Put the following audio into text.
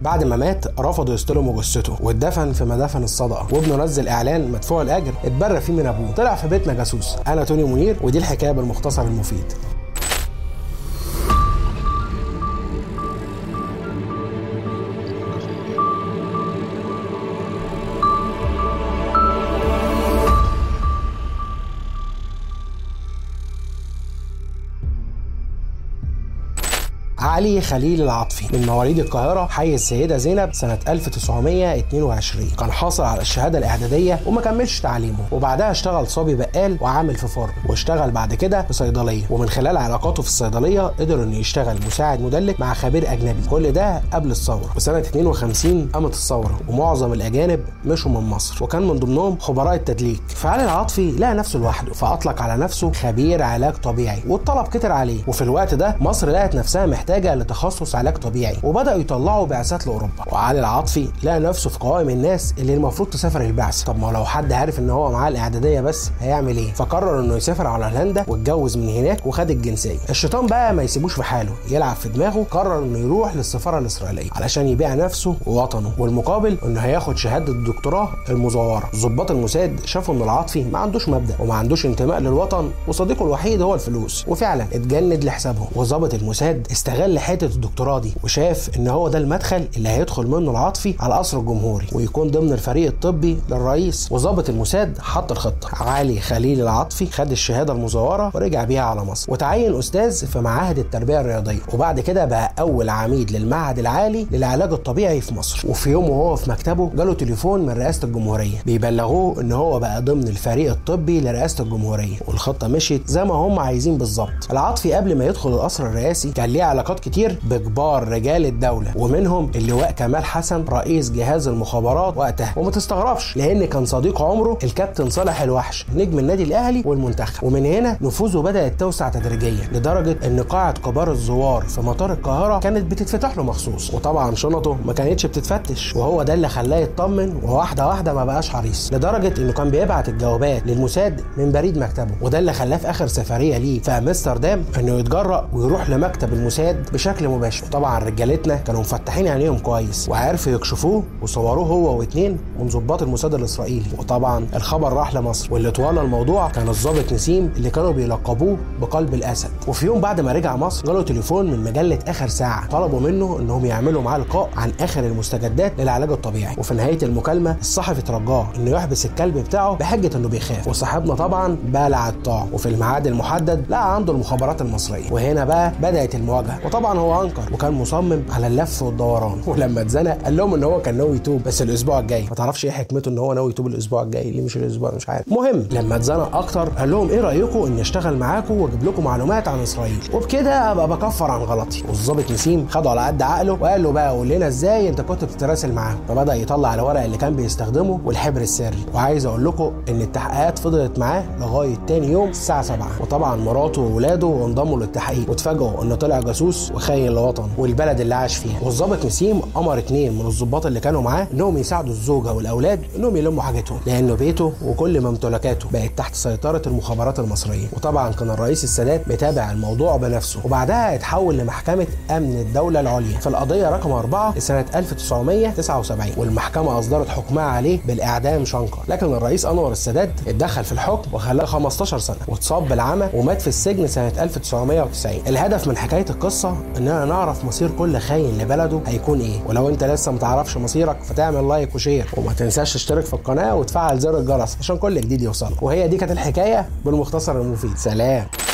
بعد ما مات رفضوا يستلموا جثته واتدفن في مدافن الصدقه، وابنه نزل اعلان مدفوع الاجر اتبرى فيه من ابوه. طلع في بيتنا جاسوس. انا توني منير، ودي الحكايه بالمختصر المفيد. علي خليل العطفي من مواليد القاهرة، حي السيدة زينب، سنة 1922. كان حاصل على الشهادة الإعدادية وما كملش تعليمه، وبعدها اشتغل صبي بقال وعامل في فرن، واشتغل بعد كده في صيدلية، ومن خلال علاقاته في الصيدلية قدر انه يشتغل مساعد مدلك مع خبير أجنبي. كل ده قبل الثورة. وسنة 52 قامت الثورة ومعظم الأجانب مشوا من مصر، وكان من ضمنهم خبراء التدليك. فعلي العطفي لقى نفسه لوحده، فأطلق على نفسه خبير علاج طبيعي، والطلب كتر عليه. وفي الوقت ده مصر لقت نفسها محتاجة لتخصص علاج طبيعي، وبدأوا يطلعوا بعثات لأوروبا. وعلي العطفي لقى نفسه في قوائم الناس اللي المفروض تسافر البعثة. طب ما لو حد عارف ان هو معاه الإعدادية بس هيعمل ايه؟ فقرر انه يسافر على هولندا واتجوز من هناك وخد الجنسية. الشيطان بقى ما يسيبوش في حاله، يلعب في دماغه. قرر انه يروح للسفارة الإسرائيلية علشان يبيع نفسه ووطنه، والمقابل انه هياخد شهادة الدكتوراه المزورة. ضباط الموساد شافوا ان العطفي ما عندوش مبدأ وما عندوش انتماء للوطن، وصديقه الوحيد هو الفلوس، وفعلا اتجند لحسابهم. وظابط الموساد استغل حته الدكتوراه دي، وشاف ان هو ده المدخل اللي هيدخل منه العطفي على القصر الجمهوري ويكون ضمن الفريق الطبي للرئيس. وظابط الموساد حط الخطه. علي خليل العطفي خد الشهاده المزوره ورجع بيها على مصر، وتعين استاذ في معاهد التربيه الرياضيه، وبعد كده بقى اول عميد للمعهد العالي للعلاج الطبيعي في مصر. وفي يوم وهو في مكتبه جاله تليفون من رئاسه الجمهوريه بيبلغوه ان هو بقى ضمن الفريق الطبي لرئاسه الجمهوريه، والخطه مشيت زي ما هم عايزين بالظبط. العطفي قبل ما يدخل القصر الرئاسي كان ليه علاقات كتير بكبار رجال الدولة، ومنهم اللواء كمال حسن رئيس جهاز المخابرات وقتها. وما تستغربش لان كان صديق عمره الكابتن صالح الوحش نجم النادي الاهلي والمنتخب. ومن هنا نفوذه بدأت توسع تدريجيا لدرجة ان قاعة كبار الزوار في مطار القاهرة كانت بتتفتح له مخصوص، وطبعا شنطه ما كانتش بتتفتش، وهو ده اللي خلاه يطمن، وواحدة واحدة ما بقاش حريص، لدرجة انه كان بيبعت الجوابات للموساد من بريد مكتبه. وده اللي خلاه في اخر سفرية ليه في امستردام انه يتجرأ ويروح لمكتب الموساد بشكل مباشر. طبعا رجالتنا كانوا مفتحين عينيهم كويس وعرفوا يكشفوه وصوروه هو واثنين من ضباط الموساد الاسرائيلي. وطبعا الخبر راح لمصر، واللي طوال الموضوع كان الضابط نسيم اللي كانوا بيلقبوه بقلب الاسد. وفي يوم بعد ما رجع مصر جاله تليفون من مجله اخر ساعه، طلبوا منه انهم يعملوا معاه لقاء عن اخر المستجدات للعلاج الطبيعي. وفي نهايه المكالمه الصحفي ترجاه انه يحبس الكلب بتاعه بحجه انه بيخاف، وصاحبنا طبعا بالع الطاع، وفي الميعاد المحدد لقى عنده المخابرات المصريه. وهنا بقى بدات المواجهه، وطبعا هو انكر وكان مصمم على اللف والدوران. ولما اتزنق قال لهم ان هو كان ناوي يتوب بس الاسبوع الجاي. ما تعرفش ايه حكمته ان هو ناوي يتوب الاسبوع الجاي ليه، مش الاسبوع، مش عارف. المهم لما اتزنق اكتر قال لهم ايه رايكم اني اشتغل معاكم واجيب لكم معلومات عن اسرائيل، وبكده ابقى بكفر عن غلطي. والظابط نسيم خده على قد عقله وقال له بقى قول لنا ازاي انت كنت بتتراسل معاهم. فبدا يطلع الورق اللي كان بيستخدمه والحبر السري. وعايز اقول لكم ان التحقيقات فضلت معاه لغايه تاني يوم الساعه 7، وطبعا مراته واولاده انضموا للتحقيق واتفاجئوا انه طلع جاسوس وخاين لوطنه والبلد اللي عاش فيها. والظابط نسيم امر 2 من الضباط اللي كانوا معاه انهم يساعدوا الزوجه والاولاد انهم يلموا حاجتهم، لانه بيته وكل ممتلكاته بقت تحت سيطره المخابرات المصريه. وطبعا كان الرئيس السادات متابع الموضوع بنفسه، وبعدها اتحول لمحكمه امن الدوله العليا في القضيه رقم 4 لسنه 1979، والمحكمه اصدرت حكمها عليه بالاعدام شنقا. لكن الرئيس انور السادات اتدخل في الحكم وخلاه 15 سنه، واتصاب بالعمى ومات في السجن سنه 1990. الهدف من حكايه القصه اننا نعرف مصير كل خاين لبلده هيكون ايه. ولو انت لسه متعرفش مصيرك فتعمل لايك وشير، وما تنساش تشترك في القناه وتفعل زر الجرس عشان كل جديد يوصلك. وهي دي كانت الحكايه بالمختصر المفيد. سلام.